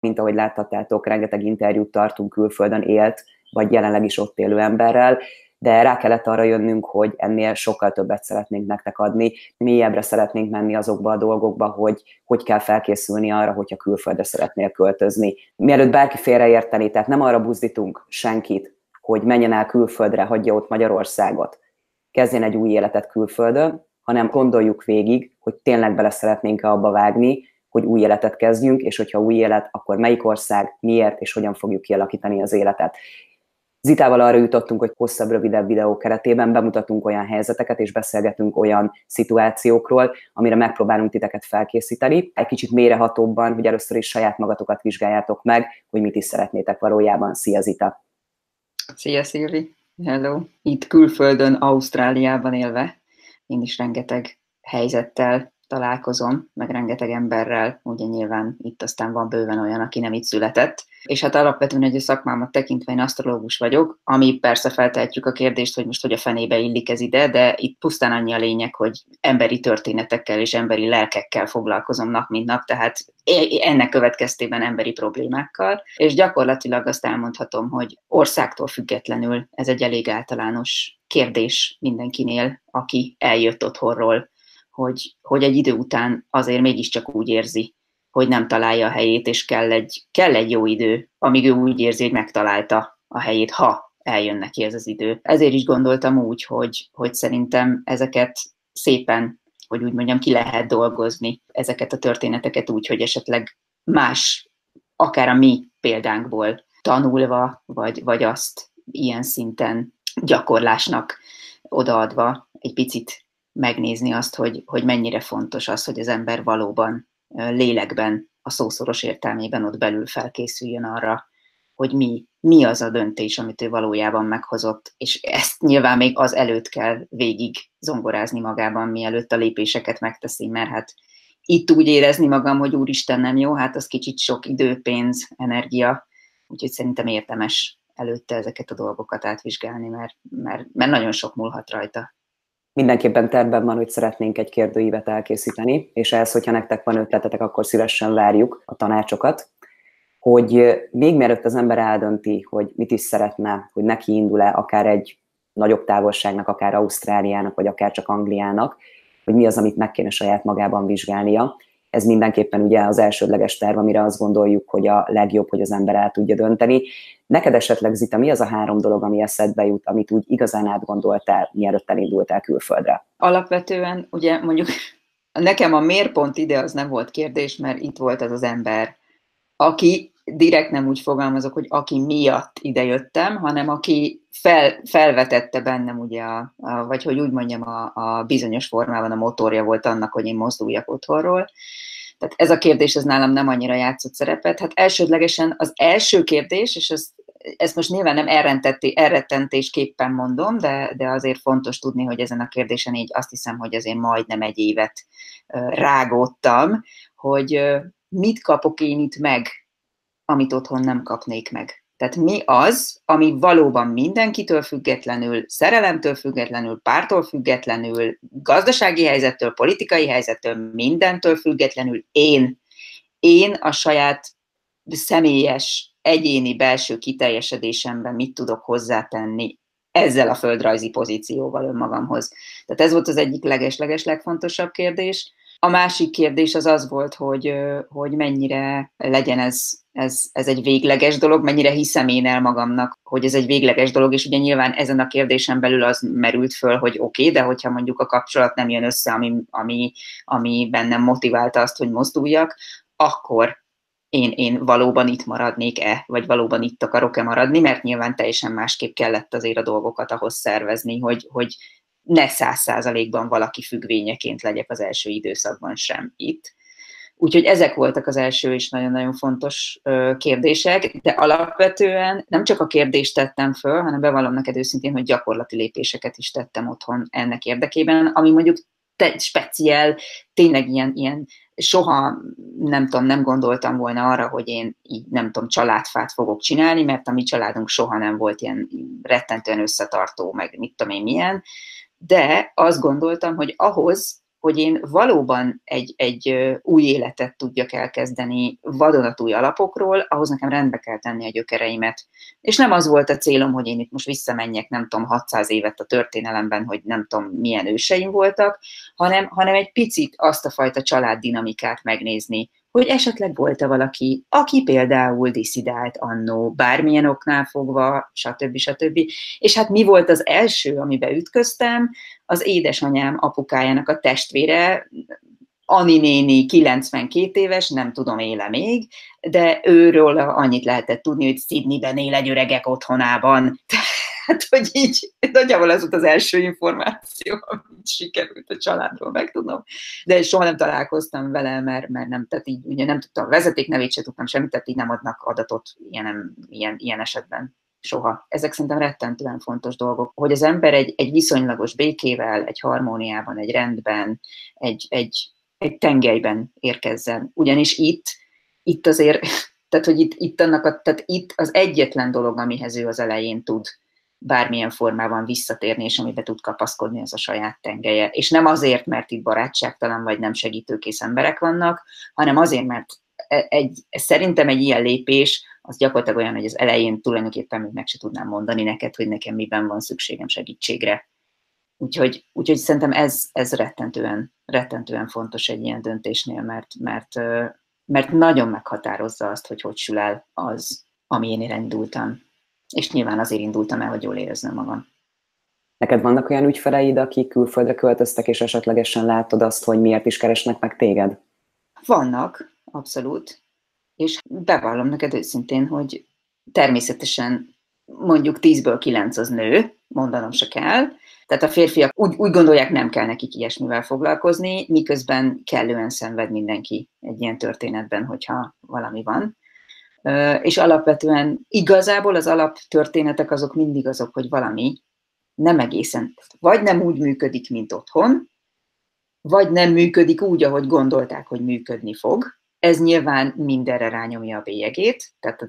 mint ahogy láthattátok, rengeteg interjút tartunk külföldön élt, vagy jelenleg is ott élő emberrel, de rá kellett arra jönnünk, hogy ennél sokkal többet szeretnénk nektek adni, mélyebbre szeretnénk menni azokba a dolgokba, hogy kell felkészülni arra, hogyha külföldre szeretnél költözni. Mielőtt bárki félreérteni, tehát nem arra buzdítunk senkit, hogy menjen el külföldre, hagyja ott Magyarországot, kezdjen egy új életet külföldön, hanem gondoljuk végig, hogy tényleg bele szeretnénk-e abba vágni, hogy új életet kezdjünk, és hogyha új élet, akkor melyik ország, miért és hogyan fogjuk kialakítani az életet. Zitával arra jutottunk, hogy hosszabb, rövidebb videó keretében bemutatunk olyan helyzeteket, és beszélgetünk olyan szituációkról, amire megpróbálunk titeket felkészíteni. Egy kicsit mélyrehatóbban, hogy először is saját magatokat vizsgáljátok meg, hogy mit is szeretnétek valójában. Szia, Zita! Szia, Szilvi! Hello! Itt külföldön, Ausztráliában élve, én is rengeteg helyzettel találkozom, meg rengeteg emberrel, ugye nyilván itt aztán van bőven olyan, aki nem itt született. És hát alapvetően egy szakmámat tekintve én asztrológus vagyok, ami persze feltehetjük a kérdést, hogy most hogy a fenébe illik ez ide, de itt pusztán annyi a lényeg, hogy emberi történetekkel és emberi lelkekkel foglalkozom nap mint nap, tehát ennek következtében emberi problémákkal, és gyakorlatilag azt elmondhatom, hogy országtól függetlenül ez egy elég általános kérdés mindenkinél, aki eljött otthonról, hogy egy idő után azért mégiscsak úgy érzi, hogy nem találja a helyét, és kell egy jó idő, amíg ő úgy érzi, hogy megtalálta a helyét, ha eljön neki ez az idő. Ezért is gondoltam úgy, hogy szerintem ezeket szépen, hogy úgy mondjam, ki lehet dolgozni, ezeket a történeteket úgy, hogy esetleg más, akár a mi példánkból tanulva, vagy azt ilyen szinten gyakorlásnak odaadva egy picit megnézni azt, hogy mennyire fontos az, hogy az ember valóban lélekben, a szószoros értelmében ott belül felkészüljön arra, hogy mi az a döntés, amit ő valójában meghozott, és ezt nyilván még az előtt kell végig zongorázni magában, mielőtt a lépéseket megteszi, mert hát itt úgy érezni magam, hogy úristen nem jó, hát az kicsit sok idő, pénz, energia, úgyhogy szerintem érdemes előtte ezeket a dolgokat átvizsgálni, mert nagyon sok múlhat rajta. Mindenképpen tervben van, hogy szeretnénk egy kérdőívet elkészíteni, és ehhez, hogyha nektek van ötletetek, akkor szívesen várjuk a tanácsokat, hogy még mielőtt az ember eldönti, hogy mit is szeretne, hogy neki indul-e akár egy nagyobb távolságnak, akár Ausztráliának, vagy akár csak Angliának, hogy mi az, amit meg kéne saját magában vizsgálnia. Ez mindenképpen ugye az elsődleges terv, amire azt gondoljuk, hogy a legjobb, hogy az ember el tudja dönteni. Neked esetleg, Zita, mi az a 3 dolog, ami eszedbe jut, amit úgy igazán átgondoltál, mielőtt elindultál külföldre? Alapvetően ugye mondjuk nekem a miérpont ide az nem volt kérdés, mert itt volt az az ember, aki direkt nem úgy fogalmazok, hogy aki miatt idejöttem, hanem aki felvetette bennem ugye, vagy hogy úgy mondjam, a bizonyos formában a motorja volt annak, hogy én mozduljak otthonról. Tehát ez a kérdés ez nálam nem annyira játszott szerepet. Hát elsődlegesen az első kérdés, és ezt most nyilván nem elrettentésképpen mondom, de azért fontos tudni, hogy ezen a kérdésen így azt hiszem, hogy azért majdnem egy évet rágódtam, hogy mit kapok én itt meg, amit otthon nem kapnék meg. Tehát mi az, ami valóban mindenkitől függetlenül, szerelemtől függetlenül, pártól függetlenül, gazdasági helyzettől, politikai helyzettől, mindentől függetlenül én a saját személyes, egyéni belső kiteljesedésemben mit tudok hozzátenni ezzel a földrajzi pozícióval önmagamhoz. Tehát ez volt az egyik leges legfontosabb kérdés. A másik kérdés az volt, hogy mennyire legyen ez egy végleges dolog, mennyire hiszem én el magamnak, hogy ez egy végleges dolog, és ugye nyilván ezen a kérdésen belül az merült föl, hogy oké, de hogyha mondjuk a kapcsolat nem jön össze, ami bennem motiválta azt, hogy mozduljak, akkor én valóban itt maradnék-e, vagy valóban itt akarok-e maradni, mert nyilván teljesen másképp kellett azért a dolgokat ahhoz szervezni, hogy ne 100%-ban valaki függvényeként legyek az első időszakban sem itt. Úgyhogy ezek voltak az első és nagyon-nagyon fontos kérdések, de alapvetően nem csak a kérdést tettem föl, hanem bevallom neked őszintén, hogy gyakorlati lépéseket is tettem otthon ennek érdekében, ami mondjuk speciál, tényleg ilyen soha nem gondoltam volna arra, hogy én így nem tudom, családfát fogok csinálni, mert a mi családunk soha nem volt ilyen rettentően összetartó, meg mit tudom én milyen, de azt gondoltam, hogy ahhoz, hogy én valóban egy új életet tudjak elkezdeni vadonatúj alapokról, ahhoz nekem rendbe kell tenni a gyökereimet. És nem az volt a célom, hogy én itt most visszamenjek, nem tudom, 600 évet a történelemben, hogy nem tudom, milyen őseim voltak, hanem egy picit azt a fajta családdinamikát megnézni, hogy esetleg volt-e valaki, aki például disszidált annó, bármilyen oknál fogva, stb. Stb. És hát mi volt az első, amiben ütköztem? Az édesanyám apukájának a testvére, Ani néni, 92 éves, nem tudom, éle még, de őről annyit lehetett tudni, hogy Sydneyben él egy öregek otthonában. Tehát, hogy így nagyjából az volt az első információ, amit sikerült a családról megtudnom. De soha nem találkoztam vele, mert nem, tehát így ugye nem tudtam a vezetéknevét, se tudtam semmit, tehát így nem adnak adatot ilyen esetben. Soha. Ezek szerintem rettentően fontos dolgok, hogy az ember egy viszonylagos békével, egy harmóniában, egy rendben, egy tengelyben érkezzen. Ugyanis itt azért, tehát hogy tehát itt az egyetlen dolog, amihez ő az elején tud bármilyen formában visszatérni, és amibe tud kapaszkodni, az a saját tengelye. És nem azért, mert itt barátságtalan vagy nem segítőkész emberek vannak, hanem azért, mert szerintem egy ilyen lépés az gyakorlatilag olyan, hogy az elején tulajdonképpen még meg se tudnám mondani neked, hogy nekem miben van szükségem segítségre. Úgyhogy szerintem ez rettentően fontos egy ilyen döntésnél, mert nagyon meghatározza azt, hogy sül el az, ami én elindultam. És nyilván azért indultam el, hogy jól érezzem magam. Neked vannak olyan ügyfeleid, akik külföldre költöztek, és esetlegesen látod azt, hogy miért is keresnek meg téged? Vannak, abszolút. És bevallom neked őszintén, hogy természetesen mondjuk 10-ből 9 az nő, mondanom se kell. Tehát a férfiak úgy gondolják, nem kell nekik ilyesmivel foglalkozni, miközben kellően szenved mindenki egy ilyen történetben, hogyha valami van. És alapvetően igazából az alaptörténetek azok mindig azok, hogy valami nem egészen, vagy nem úgy működik, mint otthon, vagy nem működik úgy, ahogy gondolták, hogy működni fog. Ez nyilván mindenre rányomja a bélyegét, tehát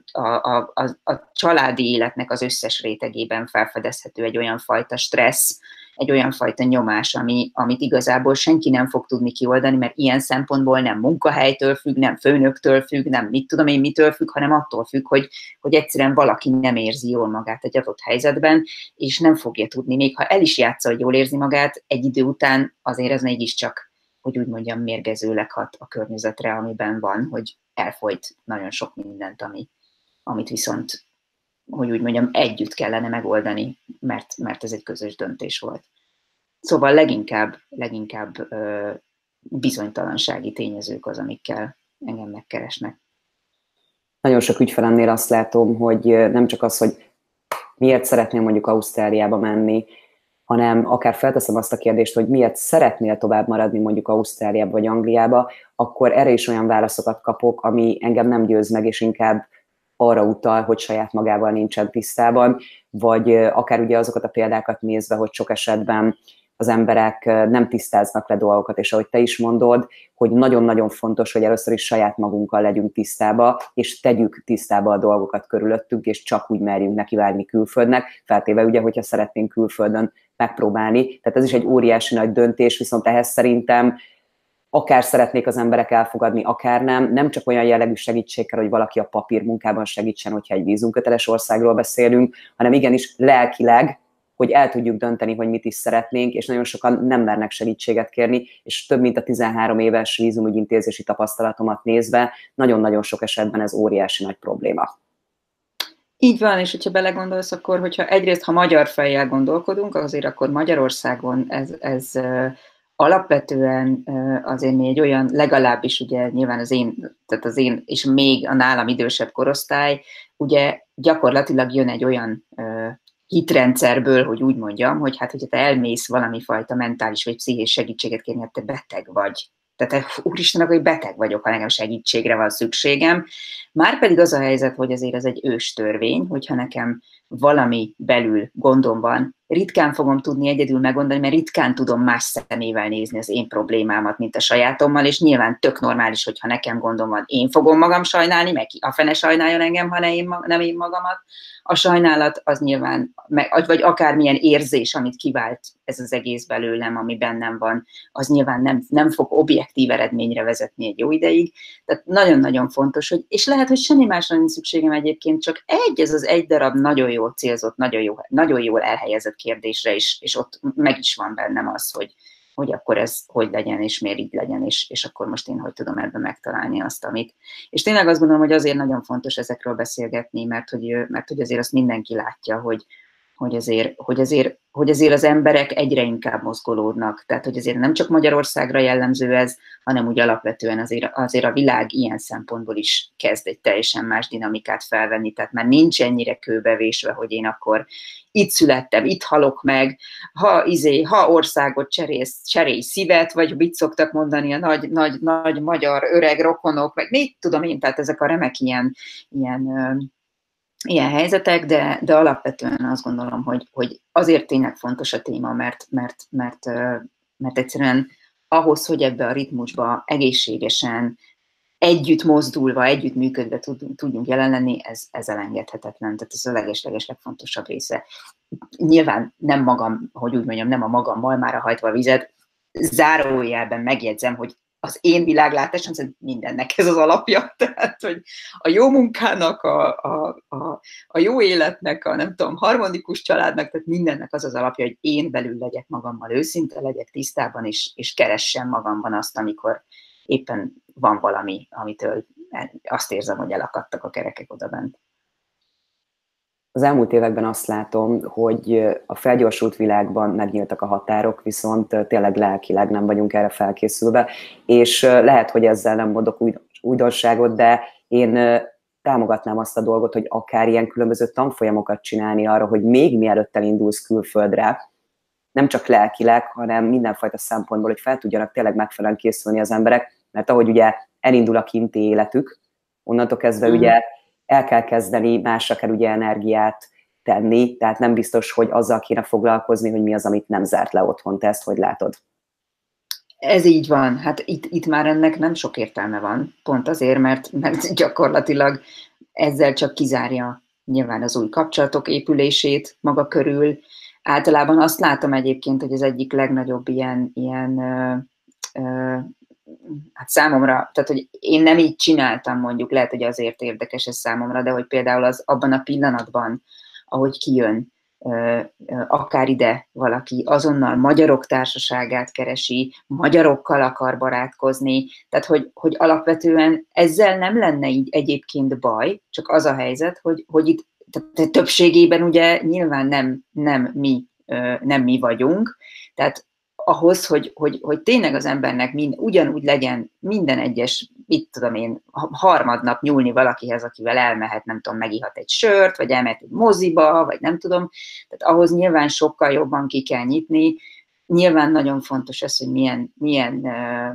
a családi életnek az összes rétegében felfedezhető egy olyan fajta stressz, egy olyan fajta nyomás, amit igazából senki nem fog tudni kioldani, mert ilyen szempontból nem munkahelytől függ, nem főnöktől függ, nem mit tudom én mitől függ, hanem attól függ, hogy egyszerűen valaki nem érzi jól magát egy adott helyzetben, és nem fogja tudni, még ha el is játsza, hogy jól érzi magát, egy idő után azért ez mégiscsak, hogy úgy mondjam, mérgezőleg hat a környezetre, amiben van, hogy elfolyt nagyon sok mindent, amit viszont, hogy úgy mondjam, együtt kellene megoldani, mert ez egy közös döntés volt. Szóval leginkább bizonytalansági tényezők az, amikkel engem megkeresnek. Nagyon sok ügyfelemnél azt látom, hogy nem csak az, hogy miért szeretnél mondjuk Ausztráliába menni, hanem akár felteszem azt a kérdést, hogy miért szeretnél tovább maradni mondjuk Ausztráliába vagy Angliába, akkor erre is olyan válaszokat kapok, ami engem nem győz meg, és inkább arra utal, hogy saját magával nincsen tisztában, vagy akár ugye azokat a példákat nézve, hogy sok esetben az emberek nem tisztáznak le dolgokat, és ahogy te is mondod, hogy nagyon-nagyon fontos, hogy először is saját magunkkal legyünk tisztába, és tegyük tisztába a dolgokat körülöttünk, és csak úgy merjünk nekivágni külföldnek, feltéve ugye, hogyha szeretnénk külföldön megpróbálni. Tehát ez is egy óriási nagy döntés, viszont ehhez szerintem akár szeretnék az emberek elfogadni, akár nem csak olyan jellegű segítség kell, hogy valaki a papírmunkában segítsen, hogyha egy vízumköteles országról beszélünk, hanem igenis lelkileg, hogy el tudjuk dönteni, hogy mit is szeretnénk, és nagyon sokan nem mernek segítséget kérni, és több mint a 13 éves vízumügyintézési tapasztalatomat nézve, nagyon-nagyon sok esetben ez óriási nagy probléma. Így van, és hogyha belegondolsz, akkor, hogyha egyrészt, ha magyar fejjel gondolkodunk, azért akkor Magyarországon ez alapvetően azért mi egy olyan, legalábbis ugye nyilván az én és még a nálam idősebb korosztály, ugye gyakorlatilag jön egy olyan hitrendszerből, hogy úgy mondjam, hogy hát, hogyha te elmész valami fajta mentális vagy pszichés segítséget kérni, hát te beteg vagy. Tehát úristen, hogy beteg vagyok, ha nekem segítségre van szükségem. Márpedig az a helyzet, hogy azért ez egy őstörvény, hogyha nekem valami belül gondom van, ritkán fogom tudni egyedül megoldani, mert ritkán tudom más szemével nézni az én problémámat, mint a sajátommal, és nyilván tök normális, hogyha nekem gondom van, én fogom magam sajnálni, meg ki a fene sajnáljon engem, ha nem én magamat. A sajnálat az nyilván, vagy akármilyen érzés, amit kivált ez az egész belőlem, ami bennem van, az nyilván nem fog objektív eredményre vezetni egy jó ideig. Tehát nagyon-nagyon fontos, hogy, és lehet, hogy semmi másra nincs szükségem egyébként, csak ez az egy darab nagyon jól célzott, nagyon jól elhelyezett kérdésre is, és ott meg is van bennem az, hogy akkor ez hogy legyen, és miért így legyen, és akkor most én hogy tudom ebben megtalálni azt, amit. És tényleg azt gondolom, hogy azért nagyon fontos ezekről beszélgetni, mert hogy azért azt mindenki látja, hogy azért az emberek egyre inkább mozgolódnak. Tehát, hogy azért nem csak Magyarországra jellemző ez, hanem úgy alapvetően azért a világ ilyen szempontból is kezd egy teljesen más dinamikát felvenni. Tehát már nincs ennyire kőbevésve, hogy én akkor itt születtem, itt halok meg, ha országot cserélj szívet, vagy mit szoktak mondani a nagy magyar öreg rokonok, meg mit tudom én, tehát ezek a remek ilyen helyzetek, de alapvetően azt gondolom, hogy azért tényleg fontos a téma, mert egyszerűen ahhoz, hogy ebbe a ritmusba egészségesen, együtt mozdulva, együtt működve tudjunk jelen lenni, ez elengedhetetlen. Tehát ez a leges legfontosabb része. Nyilván nem magam, hogy úgy mondjam, nem a magam malmára hajtva a vizet, zárójelben megjegyzem, hogy az én világlátásom szerint mindennek ez az alapja, tehát, hogy a jó munkának, a jó életnek, a nem tudom, harmonikus családnak, tehát mindennek az az alapja, hogy én belül legyek magammal őszinte, legyek tisztában, és keressem magamban azt, amikor éppen van valami, amitől azt érzem, hogy elakadtak a kerekek odabent. Az elmúlt években azt látom, hogy a felgyorsult világban megnyíltak a határok, viszont tényleg lelkileg nem vagyunk erre felkészülve, és lehet, hogy ezzel nem mondok újdonságot, de én támogatnám azt a dolgot, hogy akár ilyen különböző tanfolyamokat csinálni arra, hogy még mielőtt elindulsz külföldre, nem csak lelkileg, hanem mindenfajta szempontból, hogy fel tudjanak tényleg megfelelően készülni az emberek, mert ahogy ugye elindul a kinti életük, onnantól kezdve ugye el kell kezdeni, másra kell ugye energiát tenni, tehát nem biztos, hogy azzal kéne foglalkozni, hogy mi az, amit nem zárt le otthon. Te ezt hogy látod? Ez így van. Hát itt már ennek nem sok értelme van. Pont azért, mert gyakorlatilag ezzel csak kizárja nyilván az új kapcsolatok épülését maga körül. Általában azt látom egyébként, hogy az egyik legnagyobb hát számomra, tehát hogy én nem így csináltam mondjuk, lehet, hogy azért érdekes ez számomra, de hogy például abban a pillanatban, ahogy kijön akár ide valaki, azonnal magyarok társaságát keresi, magyarokkal akar barátkozni, tehát hogy alapvetően ezzel nem lenne így egyébként baj, csak az a helyzet, hogy itt tehát többségében ugye nyilván nem mi vagyunk, tehát ahhoz, hogy tényleg az embernek ugyanúgy legyen minden egyes, mit tudom én, harmadnap nyúlni valakihez, akivel elmehet, nem tudom, megihat egy sört, vagy elmehet egy moziba, vagy nem tudom, tehát ahhoz nyilván sokkal jobban ki kell nyitni. Nyilván nagyon fontos az, hogy milyen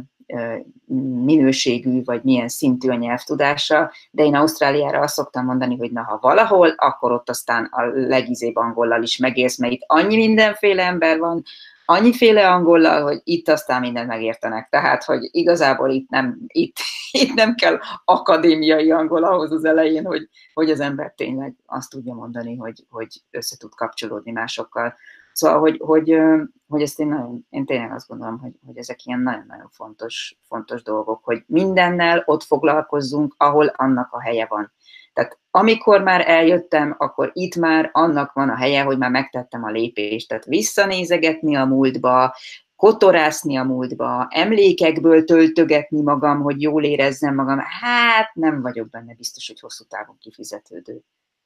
minőségű, vagy milyen szintű a nyelvtudása, de én Ausztráliára azt szoktam mondani, hogy na, ha valahol, akkor ott aztán a legizébb angollal is megélsz, mert itt annyi mindenféle ember van, annyiféle angollal, hogy itt aztán mindent megértenek. Tehát, hogy igazából itt nem kell akadémiai angol ahhoz az elején, hogy az ember tényleg azt tudja mondani, hogy össze tud kapcsolódni másokkal. Szóval, hogy ezt én tényleg azt gondolom, hogy ezek ilyen nagyon-nagyon fontos dolgok, hogy mindennel ott foglalkozzunk, ahol annak a helye van. Tehát amikor már eljöttem, akkor itt már annak van a helye, hogy már megtettem a lépést. Tehát visszanézegetni a múltba, kotorászni a múltba, emlékekből töltögetni magam, hogy jól érezzem magam, hát nem vagyok benne biztos, hogy hosszú távon kifizetődő.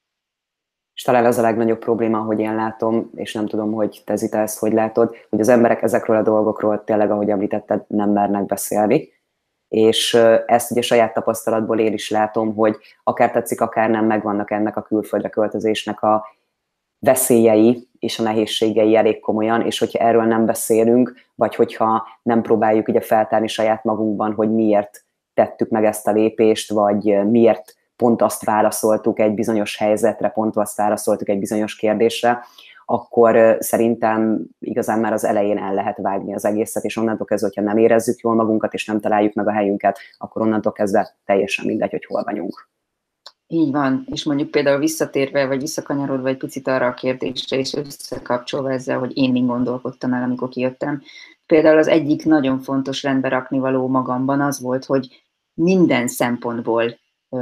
És talán az a legnagyobb probléma, hogy én látom, és nem tudom, hogy te Zita ezt hogy látod, hogy az emberek ezekről a dolgokról tényleg, ahogy említetted, nem mernek beszélni. És ezt ugye saját tapasztalatból én is látom, hogy akár tetszik, akár nem, megvannak ennek a külföldre költözésnek a veszélyei és a nehézségei elég komolyan, és hogyha erről nem beszélünk, vagy hogyha nem próbáljuk ugye feltárni saját magunkban, hogy miért tettük meg ezt a lépést, vagy miért pont azt válaszoltuk egy bizonyos helyzetre, pont azt válaszoltuk egy bizonyos kérdésre, akkor szerintem igazán már az elején el lehet vágni az egészet, és onnantól kezdve, hogyha nem érezzük jól magunkat, és nem találjuk meg a helyünket, akkor onnantól kezdve teljesen mindegy, hogy hol vagyunk. Így van, és mondjuk például visszatérve, vagy visszakanyarodva egy picit arra a kérdésre, és összekapcsolva ezzel, hogy én mind gondolkodtam el, amikor kijöttem. Például az egyik nagyon fontos rendbe rakni való magamban az volt, hogy minden szempontból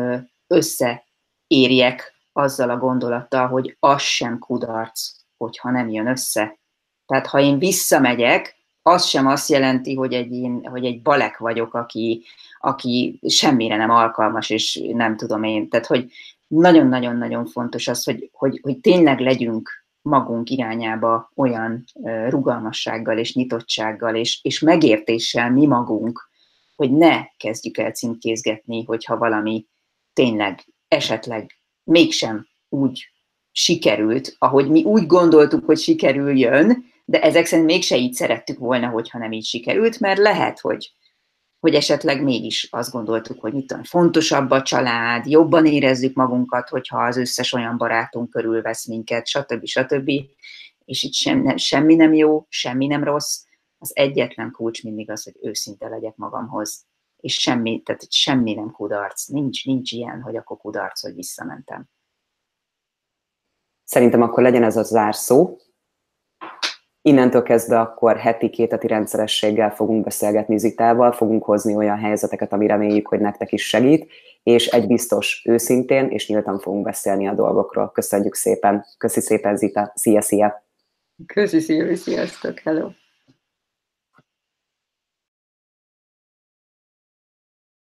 összeérjek azzal a gondolattal, hogy az sem kudarc, hogyha nem jön össze. Tehát ha én visszamegyek, az sem azt jelenti, hogy egy balek vagyok, aki semmire nem alkalmas, és nem tudom én. Tehát, hogy nagyon-nagyon-nagyon fontos az, hogy tényleg legyünk magunk irányába olyan rugalmassággal és nyitottsággal és megértéssel mi magunk, hogy ne kezdjük el címkézgetni, hogyha valami tényleg esetleg mégsem úgy sikerült, ahogy mi úgy gondoltuk, hogy sikerüljön, de ezek szerint mégse így szerettük volna, hogyha nem így sikerült, mert lehet, hogy esetleg mégis azt gondoltuk, hogy mit tudom, fontosabb a család, jobban érezzük magunkat, hogyha az összes olyan barátunk körülvesz minket, stb. És itt semmi nem jó, semmi nem rossz. Az egyetlen kulcs mindig az, hogy őszinte legyek magamhoz. És semmi nem kudarc. Nincs ilyen, hogy akkor kudarc, hogy visszamentem. Szerintem akkor legyen ez a zárszó. Innentől kezdve akkor heti rendszerességgel fogunk beszélgetni Zitával, fogunk hozni olyan helyzeteket, ami reméljük, hogy nektek is segít, és egy biztos, őszintén és nyíltan fogunk beszélni a dolgokról. Köszönjük szépen. Köszi szépen, Zita. Szia! Köszi, Szilvi, sziasztok, hello!